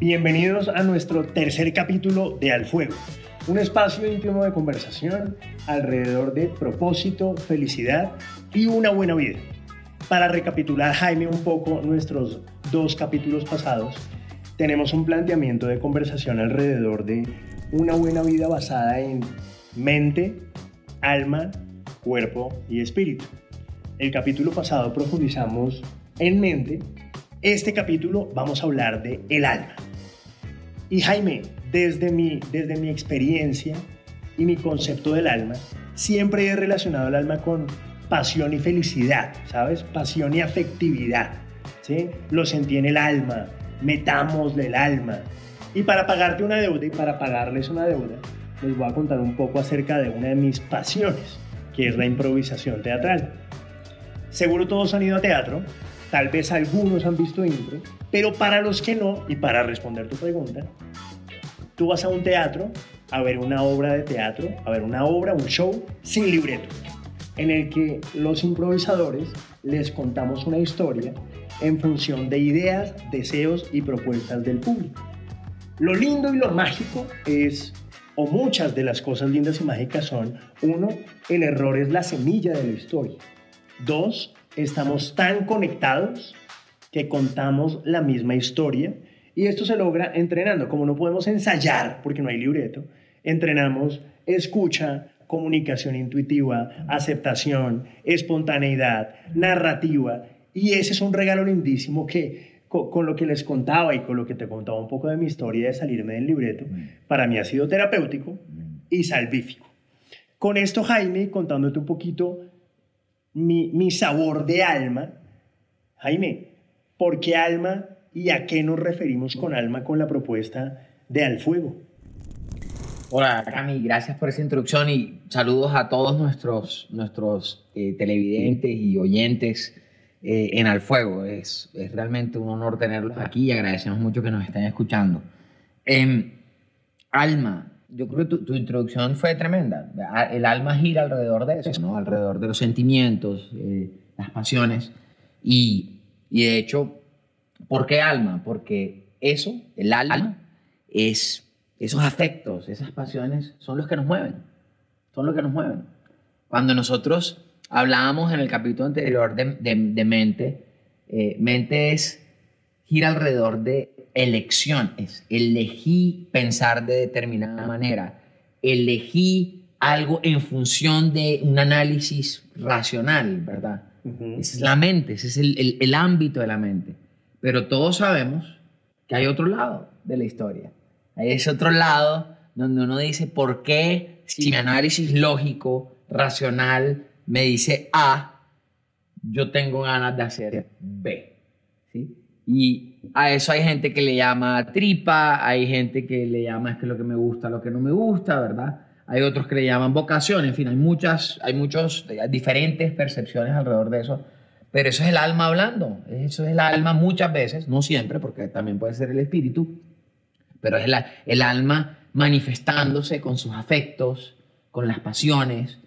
Bienvenidos a nuestro tercer capítulo de Al Fuego, un espacio íntimo de conversación alrededor de propósito, felicidad y una buena vida. Para recapitular, Jaime, un poco nuestros dos capítulos pasados, tenemos un planteamiento de conversación alrededor de una buena vida basada en mente, alma, cuerpo y espíritu. El capítulo pasado profundizamos en mente. Este capítulo vamos a hablar de el alma. Y Jaime, desde mi experiencia y mi concepto del alma, siempre he relacionado el alma con pasión y felicidad, ¿sabes? Pasión y afectividad, ¿sí? Lo sentí en el alma, metámosle el alma. Y para pagarte una deuda y para pagarles una deuda, les voy a contar un poco acerca de una de mis pasiones, que es la improvisación teatral. Seguro todos han ido a teatro, tal vez algunos han visto impro, pero para los que no, y para responder tu pregunta, tú vas a un teatro a ver una obra de teatro, a ver una obra, un show sin libreto, en el que los improvisadores les contamos una historia en función de ideas, deseos y propuestas del público. Lo lindo y lo mágico es, o muchas de las cosas lindas y mágicas son, uno, el error es la semilla de la historia. Dos, estamos tan conectados que contamos la misma historia y esto se logra entrenando. Como no podemos ensayar porque no hay libreto, entrenamos escucha, comunicación intuitiva, aceptación, espontaneidad, narrativa, y ese es un regalo lindísimo que con lo que les contaba y con lo que te contaba un poco de mi historia de salirme del libreto, para mí ha sido terapéutico y salvífico. Con esto, Jaime, contándote un poquito mi sabor de alma. Jaime, ¿por qué alma y a qué nos referimos con alma con la propuesta de Al Fuego? Hola Cami, gracias por esa introducción y saludos a todos nuestros televidentes y oyentes en Al Fuego. Es realmente un honor tenerlos aquí y agradecemos mucho que nos estén escuchando. Alma, yo creo que tu introducción fue tremenda. El alma gira alrededor de eso, ¿no? Alrededor de los sentimientos, las pasiones y de hecho, ¿por qué alma? Porque eso, el alma, es esos afectos, esas pasiones son los que nos mueven, son los que nos mueven. Cuando nosotros hablábamos en el capítulo anterior de mente, mente gira alrededor de elecciones. Elegí pensar de determinada manera, elegí algo en función de un análisis racional, ¿verdad? Esa es la mente, ese es el ámbito de la mente. Pero todos sabemos que hay otro lado de la historia. Hay ese otro lado donde uno dice, ¿por qué si mi análisis lógico, racional, me dice A, yo tengo ganas de hacer B? ¿Sí? Y a eso hay gente que le llama tripa, hay gente que le llama es que lo que me gusta, lo que no me gusta, ¿verdad? Hay otros que le llaman vocación, en fin, hay muchos diferentes percepciones alrededor de eso, pero eso es el alma hablando, eso es el alma muchas veces, no siempre, porque también puede ser el espíritu, pero es el alma manifestándose con sus afectos, con las pasiones,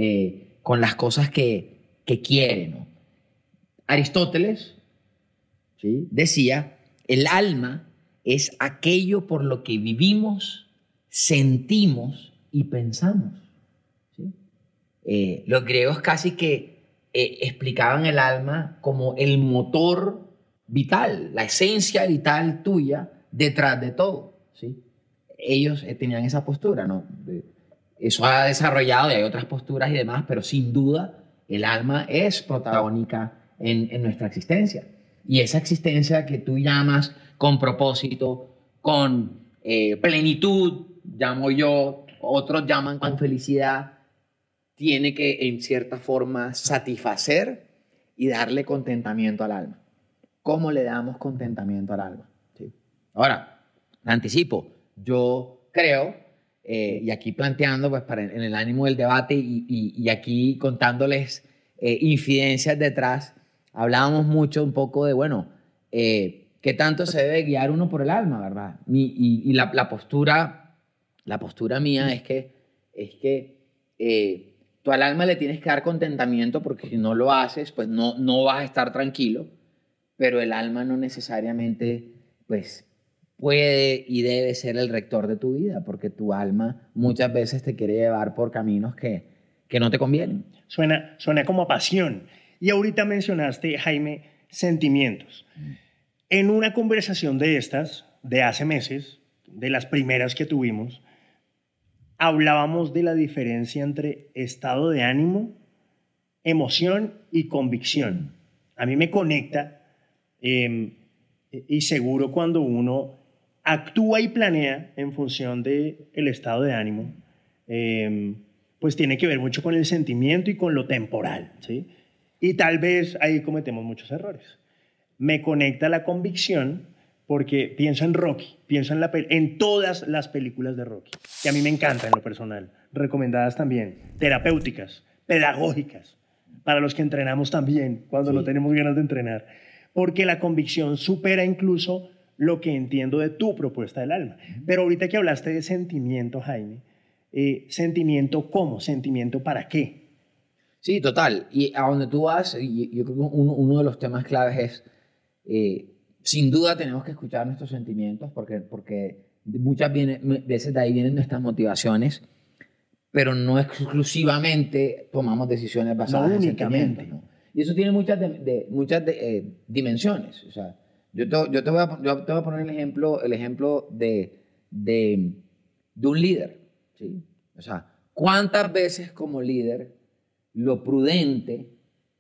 con las cosas que quiere, ¿no? Aristóteles, ¿sí?, decía, el alma es aquello por lo que vivimos, sentimos y pensamos, ¿sí? Los griegos casi que explicaban el alma como el motor vital, la esencia vital tuya detrás de todo, ¿sí? Ellos tenían esa postura, ¿no? Eso ha desarrollado y hay otras posturas y demás, pero sin duda el alma es protagónica en nuestra existencia. Y esa existencia que tú llamas con propósito, con plenitud, llamo yo, otros llaman con felicidad, tiene que en cierta forma satisfacer y darle contentamiento al alma. ¿Cómo le damos contentamiento al alma? ¿Sí? Ahora, anticipo, yo creo, y aquí planteando pues en el ánimo del debate y aquí contándoles infidencias detrás, hablábamos mucho un poco de, bueno, qué tanto se debe guiar uno por el alma, ¿verdad? Y la postura mía es que tú al alma le tienes que dar contentamiento porque si no lo haces, pues no vas a estar tranquilo, pero el alma no necesariamente, pues, puede y debe ser el rector de tu vida, porque tu alma muchas veces te quiere llevar por caminos que no te convienen. Suena como a pasión. Y ahorita mencionaste, Jaime, sentimientos. En una conversación de estas, de hace meses, de las primeras que tuvimos, hablábamos de la diferencia entre estado de ánimo, emoción y convicción. A mí me conecta y seguro cuando uno actúa y planea en función del estado de ánimo, pues tiene que ver mucho con el sentimiento y con lo temporal, ¿sí? Y tal vez ahí cometemos muchos errores. Me conecta la convicción porque pienso en Rocky, pienso en todas las películas de Rocky, que a mí me encantan en lo personal, recomendadas también, terapéuticas, pedagógicas, para los que entrenamos también, cuando no tenemos ganas de entrenar, porque la convicción supera incluso lo que entiendo de tu propuesta del alma. Pero ahorita que hablaste de sentimiento, Jaime, ¿sentimiento cómo? ¿Sentimiento para qué? Sí, total. Y a donde tú vas, yo creo que uno de los temas claves es, sin duda tenemos que escuchar nuestros sentimientos porque muchas veces de ahí vienen nuestras motivaciones, pero no exclusivamente tomamos decisiones basadas en sentimientos, ¿no? Y eso tiene muchas dimensiones. O sea, yo te voy a poner el ejemplo de un líder, ¿sí? O sea, ¿cuántas veces como líder lo prudente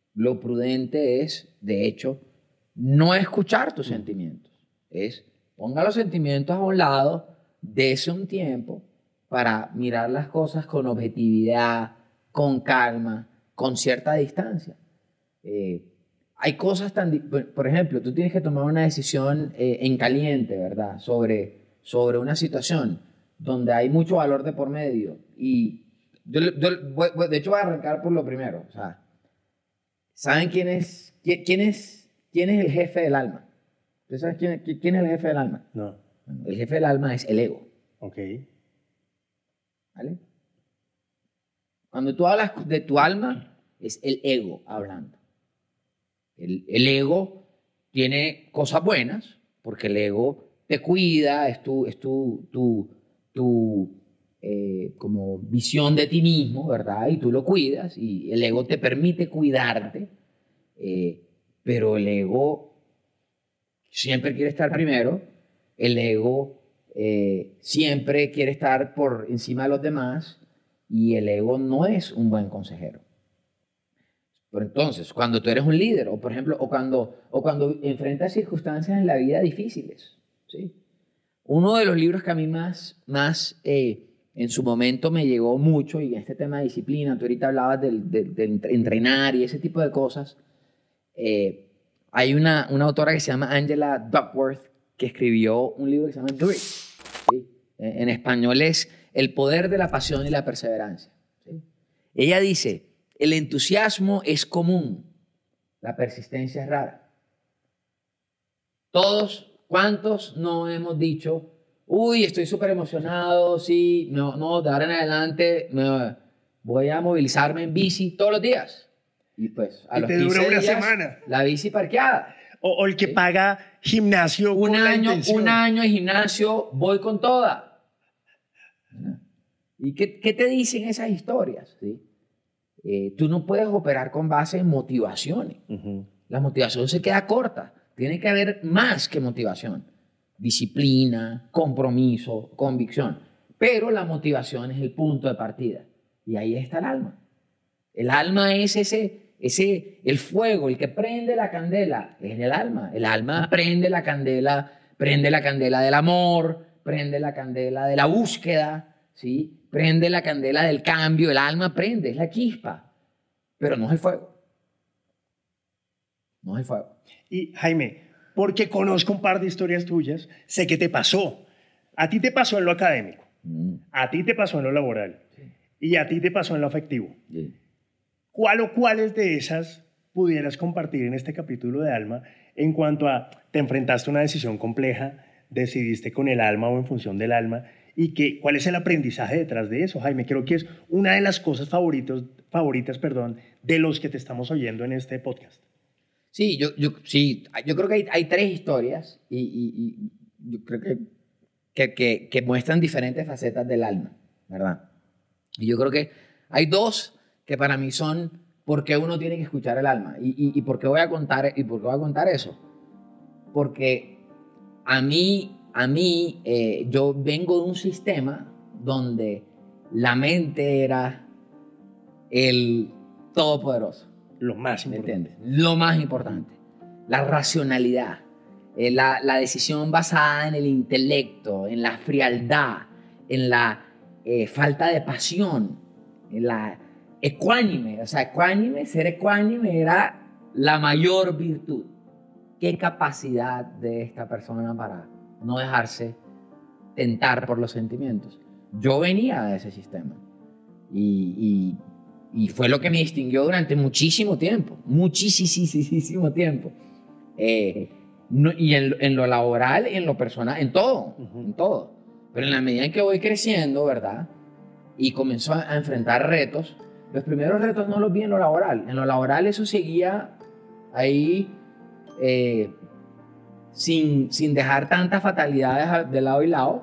es, de hecho, no escuchar tus sentimientos? Es ponga los sentimientos a un lado, dése un tiempo para mirar las cosas con objetividad, con calma, con cierta distancia. Hay cosas por ejemplo, tú tienes que tomar una decisión en caliente, ¿verdad? Sobre una situación donde hay mucho valor de por medio. Y de hecho voy a arrancar por lo primero. O sea, ¿saben quién es el jefe del alma? ¿Ustedes saben quién es el jefe del alma? No. El jefe del alma es el ego. Ok. ¿Vale? Cuando tú hablas de tu alma, es el ego hablando. El ego tiene cosas buenas, porque el ego te cuida, es tu como visión de ti mismo, ¿verdad? Y tú lo cuidas, y el ego te permite cuidarte, pero el ego siempre quiere estar primero, el ego siempre quiere estar por encima de los demás, y el ego no es un buen consejero. Pero entonces, cuando tú eres un líder, o por ejemplo, o cuando enfrentas circunstancias en la vida difíciles, ¿sí? Uno de los libros que a mí más en su momento me llegó mucho, y este tema de disciplina, tú ahorita hablabas de entrenar y ese tipo de cosas, hay una autora que se llama Angela Duckworth, que escribió un libro que se llama Grit, ¿sí? En español es El poder de la pasión y la perseverancia, ¿sí? Ella dice, el entusiasmo es común, la persistencia es rara. ¿Cuántos no hemos dicho, uy, estoy súper emocionado, sí, no, de ahora en adelante voy a movilizarme en bici todos los días? Y pues a los 15 días, semana. La bici parqueada. O el que ¿sí? paga gimnasio un año de gimnasio, voy con toda. ¿Y qué te dicen esas historias? ¿Sí? Tú no puedes operar con base en motivaciones. La motivación se queda corta. Tiene que haber más que motivación. Disciplina, compromiso, convicción. Pero la motivación es el punto de partida. Y ahí está el alma. El alma es el fuego, el que prende la candela. Es el alma. El alma prende la candela del amor, prende la candela de la búsqueda, ¿sí? Prende la candela del cambio. El alma prende, es la chispa. Pero no es el fuego. No es el fuego. Y Jaime, porque conozco un par de historias tuyas, sé que te pasó. A ti te pasó en lo académico, a ti te pasó en lo laboral, sí, y a ti te pasó en lo afectivo. Sí. ¿Cuál o cuáles de esas pudieras compartir en este capítulo de alma en cuanto a te enfrentaste a una decisión compleja, decidiste con el alma o en función del alma, y cuál es el aprendizaje detrás de eso, Jaime? Creo que es una de las cosas favoritas, de los que te estamos oyendo en este podcast. Sí, yo creo que hay tres historias y yo creo que que muestran diferentes facetas del alma, ¿verdad? Y yo creo que hay dos que para mí son por qué uno tiene que escuchar el alma. ¿Y por qué voy a contar eso? Porque a mí yo vengo de un sistema donde la mente era el todopoderoso. Lo más importante. ¿Entiendes? Lo más importante. La racionalidad. La decisión basada en el intelecto, en la frialdad, en la falta de pasión, en la ecuánime. O sea, ser ecuánime era la mayor virtud. ¿Qué capacidad de esta persona para no dejarse tentar por los sentimientos? Yo venía de ese sistema y fue lo que me distinguió durante muchísimo tiempo, muchísimo tiempo. Y en lo laboral, en lo personal, en todo, en todo. Pero en la medida en que voy creciendo, ¿verdad? Y comenzó a enfrentar retos, los primeros retos no los vi en lo laboral. En lo laboral eso seguía ahí sin dejar tantas fatalidades de lado y lado.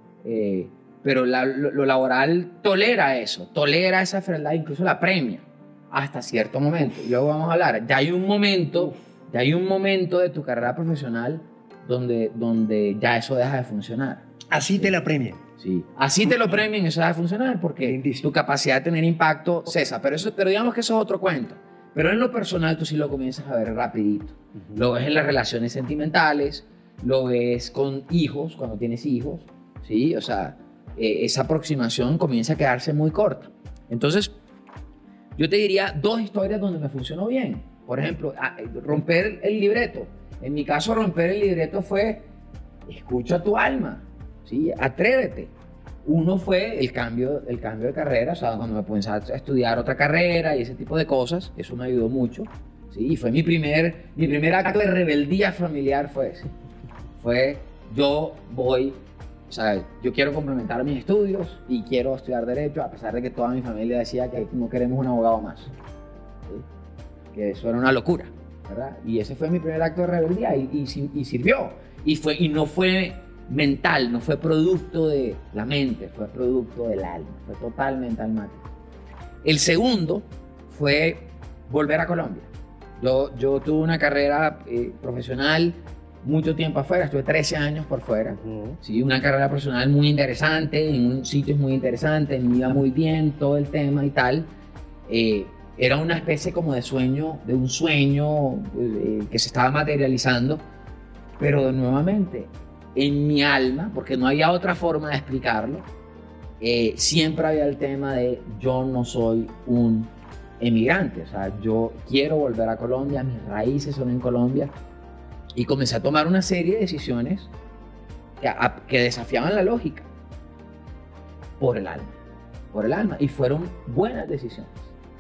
Pero lo laboral tolera eso, tolera esa frialdad, incluso la premia hasta cierto momento. Y luego vamos a hablar, ya hay un momento de tu carrera profesional donde ya eso deja de funcionar. Así te la premian. Sí, así te lo premian, eso deja de funcionar porque Lindísimo. tu capacidad de tener impacto cesa. Pero digamos que eso es otro cuento. Pero en lo personal tú sí lo comienzas a ver rapidito. Lo ves en las relaciones sentimentales, lo ves con hijos, cuando tienes hijos, ¿sí? O sea, esa aproximación comienza a quedarse muy corta. Entonces, yo te diría dos historias donde me funcionó bien. Por ejemplo, romper el libreto. En mi caso, romper el libreto fue escucha tu alma, ¿sí? Atrévete. Uno fue el cambio de carrera, o sea, cuando me puse a estudiar otra carrera y ese tipo de cosas, eso me ayudó mucho, ¿sí? Y fue mi primer acto de rebeldía familiar fue ese. Fue, yo quiero complementar mis estudios y quiero estudiar Derecho, a pesar de que toda mi familia decía que no queremos un abogado más, ¿sí? Que eso era una locura, ¿verdad? Y ese fue mi primer acto de rebeldía y sirvió. Y no fue mental, no fue producto de la mente, fue producto del alma, fue totalmente almático. El segundo fue volver a Colombia. Yo tuve una carrera profesional mucho tiempo afuera, estuve 13 años por fuera, ¿sí? Una carrera profesional muy interesante, en sitios muy interesantes, me iba muy bien todo el tema y tal. Era una especie como de un sueño que se estaba materializando, pero nuevamente en mi alma, porque no había otra forma de explicarlo, siempre había el tema de yo no soy un emigrante, o sea, yo quiero volver a Colombia, mis raíces son en Colombia, y comencé a tomar una serie de decisiones que desafiaban la lógica por el alma, y fueron buenas decisiones,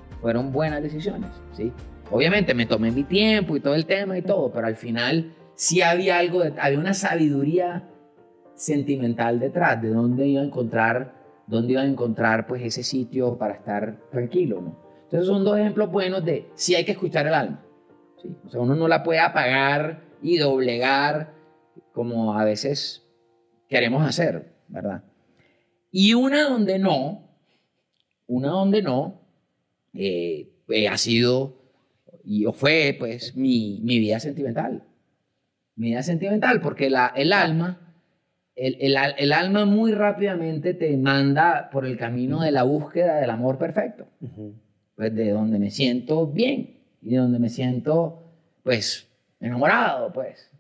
¿sí? Obviamente me tomé mi tiempo y todo el tema y todo, pero al final sí había había una sabiduría sentimental detrás de dónde iba a encontrar pues ese sitio para estar tranquilo, ¿no? Entonces son dos ejemplos buenos de sí hay que escuchar el alma, ¿sí? O sea, uno no la puede apagar y doblegar como a veces queremos hacer, ¿verdad? Y una donde no, ha sido o fue pues mi vida sentimental. Mi vida sentimental, porque el alma muy rápidamente te manda por el camino de la búsqueda del amor perfecto. Pues de donde me siento bien y de donde me siento pues enamorado, pues.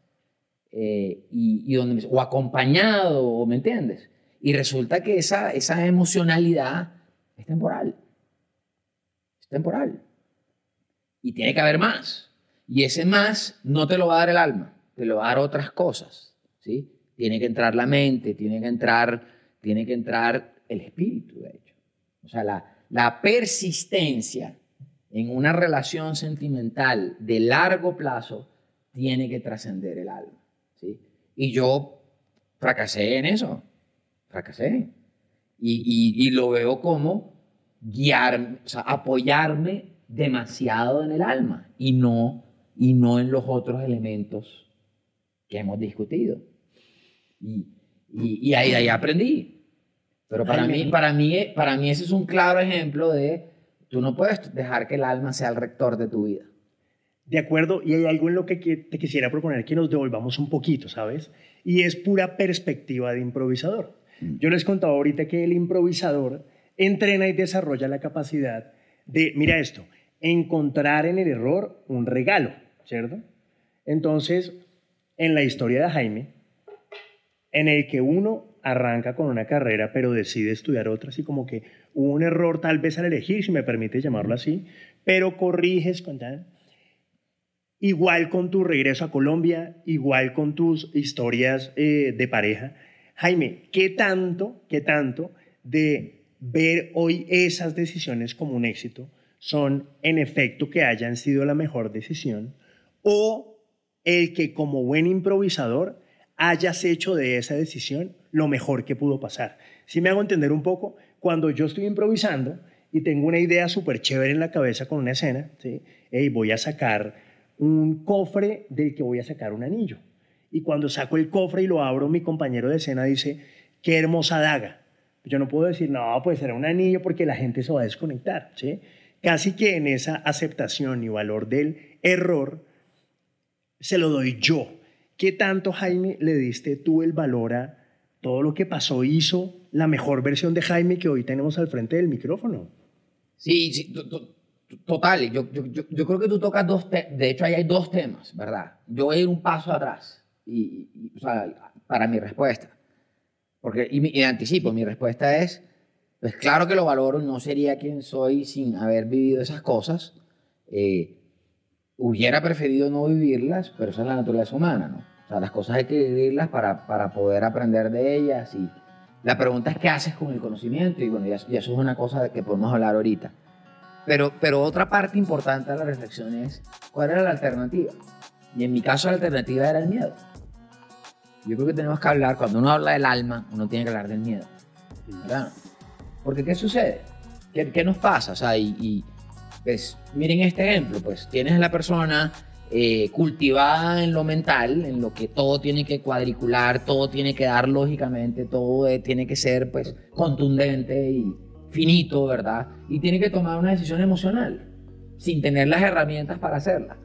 O acompañado, ¿me entiendes? Y resulta que esa emocionalidad es temporal. Es temporal. Y tiene que haber más. Y ese más no te lo va a dar el alma, te lo va a dar otras cosas, ¿sí? Tiene que entrar la mente, tiene que entrar el espíritu, de hecho. O sea, la persistencia en una relación sentimental de largo plazo tiene que trascender el alma, ¿sí? Y yo fracasé en eso, fracasé. Y lo veo como guiarme, o sea, apoyarme demasiado en el alma y no en los otros elementos que hemos discutido. Y ahí aprendí. Pero para mí ese es un claro ejemplo de tú no puedes dejar que el alma sea el rector de tu vida. De acuerdo, y hay algo en lo que te quisiera proponer que nos devolvamos un poquito, ¿sabes? Y es pura perspectiva de improvisador. Yo les contaba ahorita que el improvisador entrena y desarrolla la capacidad de, mira esto, encontrar en el error un regalo, ¿cierto? Entonces, en la historia de Jaime, en el que uno arranca con una carrera pero decide estudiar otra, así como que hubo un error tal vez al elegir, si me permite llamarlo así, pero corriges con tal. Igual con tu regreso a Colombia, igual con tus historias de pareja. Jaime, qué tanto de ver hoy esas decisiones como un éxito son en efecto que hayan sido la mejor decisión o el que como buen improvisador hayas hecho de esa decisión lo mejor que pudo pasar? Si me hago entender un poco, cuando yo estoy improvisando y tengo una idea súper chévere en la cabeza con una escena, ¿sí? Hey, voy a sacar un cofre del que voy a sacar un anillo. Y cuando saco el cofre y lo abro, mi compañero de escena dice, qué hermosa daga. Yo no puedo decir, no, pues será un anillo porque la gente se va a desconectar, ¿sí? Casi que en esa aceptación y valor del error, se lo doy yo. ¿Qué tanto, Jaime, le diste tú el valor a todo lo que pasó, hizo la mejor versión de Jaime que hoy tenemos al frente del micrófono? Sí, total. Yo creo que tú tocas de hecho, ahí hay dos temas, ¿verdad? Yo voy a ir un paso atrás o sea, para mi respuesta. Y anticipo, mi respuesta es, pues claro que lo valoro, no sería quien soy sin haber vivido esas cosas. Hubiera preferido no vivirlas, pero esa es la naturaleza humana, ¿no? O sea, las cosas hay que vivirlas para poder aprender de ellas. Y la pregunta es qué haces con el conocimiento. Y bueno, ya eso es una cosa que podemos hablar ahorita. Pero otra parte importante de la reflexión es cuál era la alternativa. Y en mi caso la alternativa era el miedo. Yo creo que tenemos que hablar, cuando uno habla del alma, uno tiene que hablar del miedo, ¿verdad? Porque ¿qué sucede? ¿Qué nos pasa? O sea, pues, miren este ejemplo, pues tienes a la persona cultivada en lo mental, en lo que todo tiene que cuadricular, todo tiene que dar lógicamente, todo tiene que ser pues contundente y finito, ¿verdad? Y tiene que tomar una decisión emocional, sin tener las herramientas para hacerla.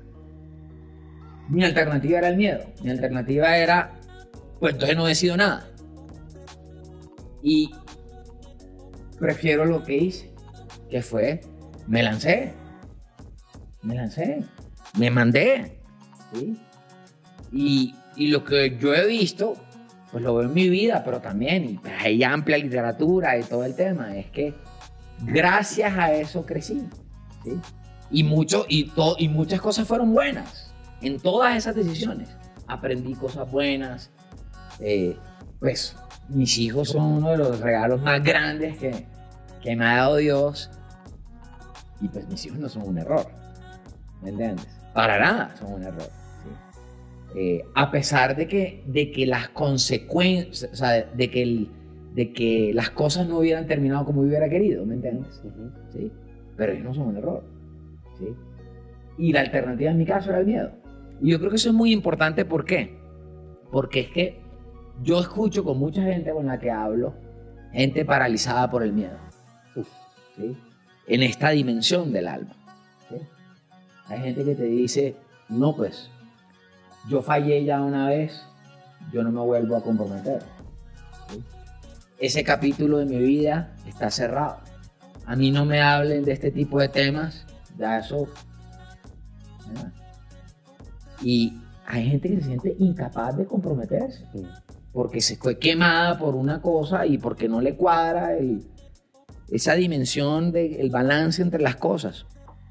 Mi alternativa era el miedo. Mi alternativa era, pues entonces no decido nada. Y prefiero lo que hice, que fue, me lancé, me mandé, ¿sí? Y lo que yo he visto, pues lo veo en mi vida, pero también, y pues hay amplia literatura y todo el tema, es que gracias a eso crecí, ¿sí? Y muchas cosas fueron buenas en todas esas decisiones. Aprendí cosas buenas, pues mis hijos son uno de los regalos más grandes que me ha dado Dios, y pues mis hijos no son un error, ¿me entiendes? Para nada son un error, ¿sí? A pesar de que las consecuencias, o sea, de que las cosas no hubieran terminado como hubiera querido, ¿me entiendes? ¿Sí? Pero ellos no son un error, ¿sí? Y la alternativa en mi caso era el miedo. Y yo creo que eso es muy importante. ¿Por qué? Porque es que yo escucho con mucha gente con la que hablo, gente paralizada por el miedo, ¿sí? En esta dimensión del alma, ¿sí? Hay gente que te dice, no, pues, yo fallé ya una vez, yo no me vuelvo a comprometer, ¿sí? Ese capítulo de mi vida está cerrado. A mí no me hablen de este tipo de temas, ya eso, ¿verdad? Y hay gente que se siente incapaz de comprometerse, porque se fue quemada por una cosa y porque no le cuadra esa dimensión del balance entre las cosas.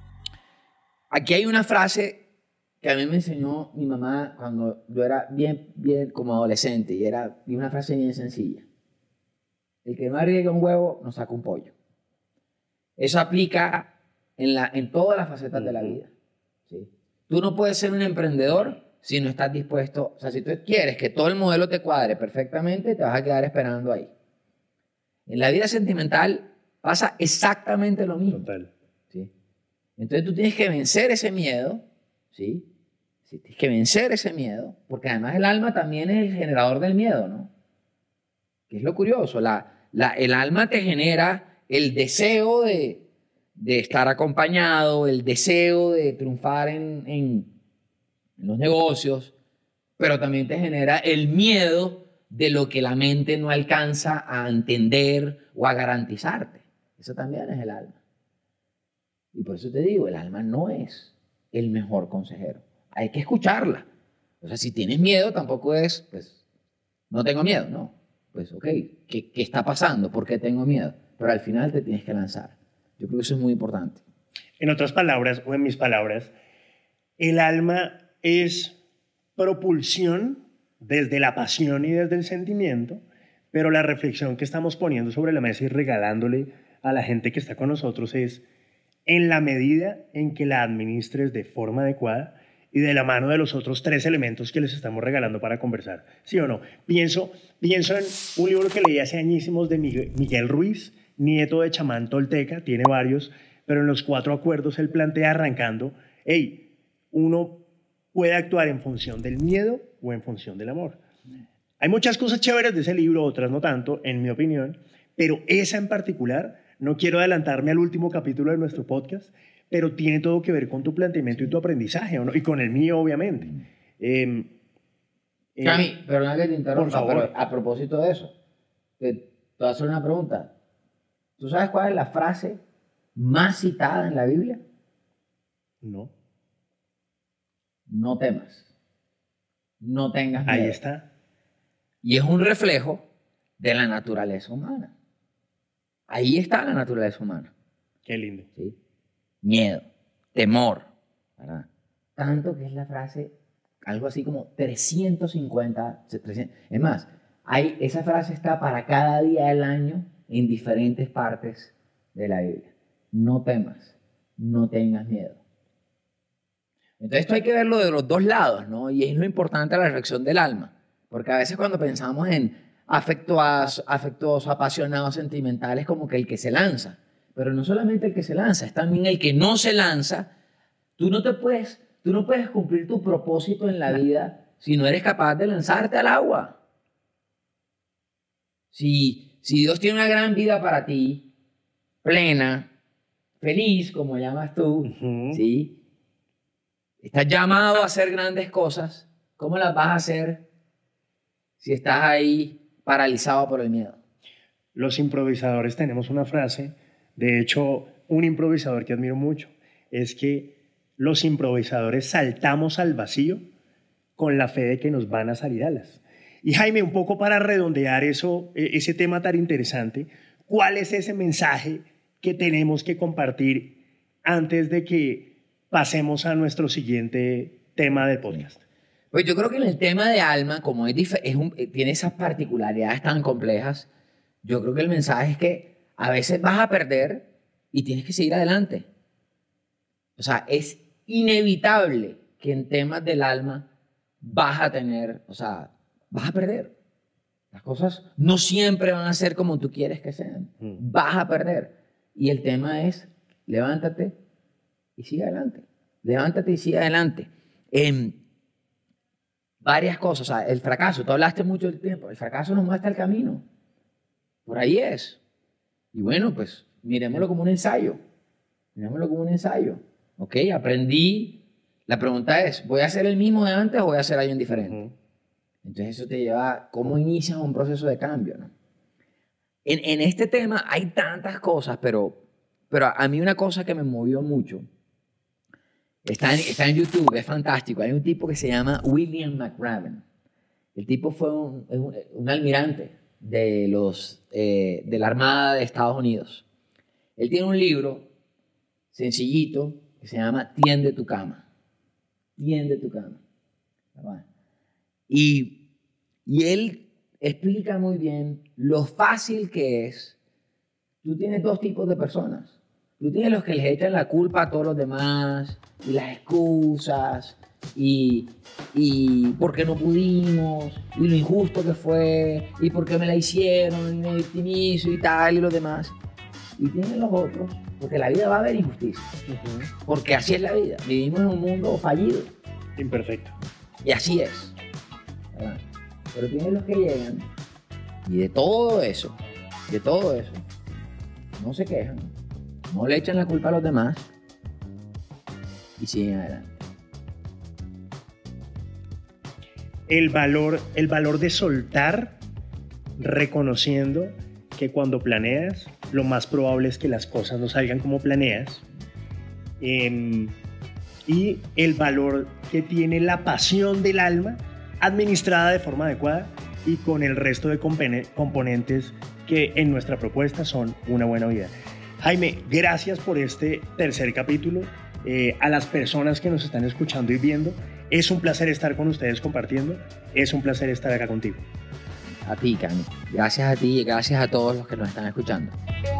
Aquí hay una frase que a mí me enseñó mi mamá cuando yo era bien como adolescente, y una frase bien sencilla: el que no arriesga un huevo no saca un pollo. Eso aplica en todas las facetas de la vida, ¿sí? Tú no puedes ser un emprendedor si no estás dispuesto. O sea, si tú quieres que todo el modelo te cuadre perfectamente, te vas a quedar esperando ahí. En la vida sentimental pasa exactamente lo mismo. Total. ¿Sí? Entonces tú tienes que vencer ese miedo, ¿sí? Sí, tienes que vencer ese miedo, porque además el alma también es el generador del miedo, ¿no? Que es lo curioso. El alma te genera el deseo de estar acompañado, el deseo de triunfar en los negocios, pero también te genera el miedo de lo que la mente no alcanza a entender o a garantizarte. Eso también es el alma. Y por eso te digo, el alma no es el mejor consejero. Hay que escucharla. O sea, si tienes miedo, tampoco es, pues, no tengo miedo, no. Pues, ok, ¿qué está pasando? ¿Por qué tengo miedo? Pero al final te tienes que lanzar. Yo creo que eso es muy importante. En otras palabras, o en mis palabras, el alma es propulsión desde la pasión y desde el sentimiento, pero la reflexión que estamos poniendo sobre la mesa y regalándole a la gente que está con nosotros es en la medida en que la administres de forma adecuada y de la mano de los otros 3 elementos que les estamos regalando para conversar. ¿Sí o no? Pienso en un libro que leí hace añísimos de Miguel Ruiz, nieto de chamán tolteca, tiene varios, pero en los 4 acuerdos él plantea arrancando, hey, uno puede actuar en función del miedo o en función del amor. Hay muchas cosas chéveres de ese libro, otras no tanto, en mi opinión, pero esa en particular, no quiero adelantarme al último capítulo de nuestro podcast, pero tiene todo que ver con tu planteamiento y tu aprendizaje, ¿o no? Y con el mío, obviamente. Cami, perdona que te interrumpa, por favor. pero a propósito de eso, te voy a hacer una pregunta. ¿Tú sabes cuál es la frase más citada en la Biblia? No. No temas. No tengas miedo. Ahí está. Y es un reflejo de la naturaleza humana. Ahí está la naturaleza humana. Qué lindo. ¿Sí? Miedo, temor, ¿verdad? Tanto que es la frase, algo así como 350. Es más, esa frase está para cada día del año en diferentes partes de la Biblia. No temas, no tengas miedo. Entonces esto hay que verlo de los dos lados, ¿no? Y es lo importante de la reacción del alma. Porque a veces cuando pensamos en afectuosos, apasionados, sentimentales, como que el que se lanza. Pero no solamente el que se lanza, es también el que no se lanza. Tú no puedes cumplir tu propósito en la vida si no eres capaz de lanzarte al agua. Si Dios tiene una gran vida para ti, plena, feliz, como llamas tú, ¿sí? Estás llamado a hacer grandes cosas. ¿Cómo las vas a hacer si estás ahí paralizado por el miedo? Los improvisadores tenemos una frase, de hecho, un improvisador que admiro mucho, es que los improvisadores saltamos al vacío con la fe de que nos van a salir alas. Y Jaime, un poco para redondear ese tema tan interesante, ¿cuál es ese mensaje que tenemos que compartir antes de que pasemos a nuestro siguiente tema del podcast? Pues yo creo que en el tema de alma, como tiene esas particularidades tan complejas, yo creo que el mensaje es que a veces vas a perder y tienes que seguir adelante. O sea, es inevitable que en temas del alma vas a perder. Las cosas no siempre van a ser como tú quieres que sean. Vas a perder. Y el tema es, levántate y sigue adelante. Levántate y sigue adelante. Varias cosas. O sea, el fracaso, tú hablaste mucho del tiempo. El fracaso nos muestra el camino. Por ahí es. Y bueno, pues miremoslo como un ensayo. Ok, aprendí. La pregunta es, ¿voy a hacer el mismo de antes o voy a hacer algo diferente? Entonces eso te lleva, ¿cómo inicias un proceso de cambio, ¿no? En este tema hay tantas cosas, pero a mí una cosa que me movió mucho, está en YouTube, es fantástico. Hay un tipo que se llama William McRaven. El tipo fue un almirante de la Armada de Estados Unidos. Él tiene un libro sencillito que se llama Tiende tu cama. Tiende tu cama. Y él explica muy bien lo fácil que es. Tú tienes 2 tipos de personas. Tú tienes los que les echan la culpa a todos los demás, y las excusas, y por qué no pudimos, y lo injusto que fue, y por qué me la hicieron, y me victimizo y tal, y los demás. Y tienes los otros, porque la vida va a haber injusticia. Porque así es la vida. Vivimos en un mundo fallido. Imperfecto. Y así es. ¿Verdad? Pero tienes los que llegan Y de todo eso, no se quejan, no le echan la culpa a los demás y siguen adelante. El valor de soltar, reconociendo que cuando planeas, lo más probable es que las cosas no salgan como planeas. Y el valor que tiene la pasión del alma, administrada de forma adecuada y con el resto de componentes que en nuestra propuesta son una buena vida. Jaime, gracias por este tercer capítulo. A las personas que nos están escuchando y viendo, es un placer estar con ustedes compartiendo, es un placer estar acá contigo. A ti, Cami. Gracias a ti y gracias a todos los que nos están escuchando.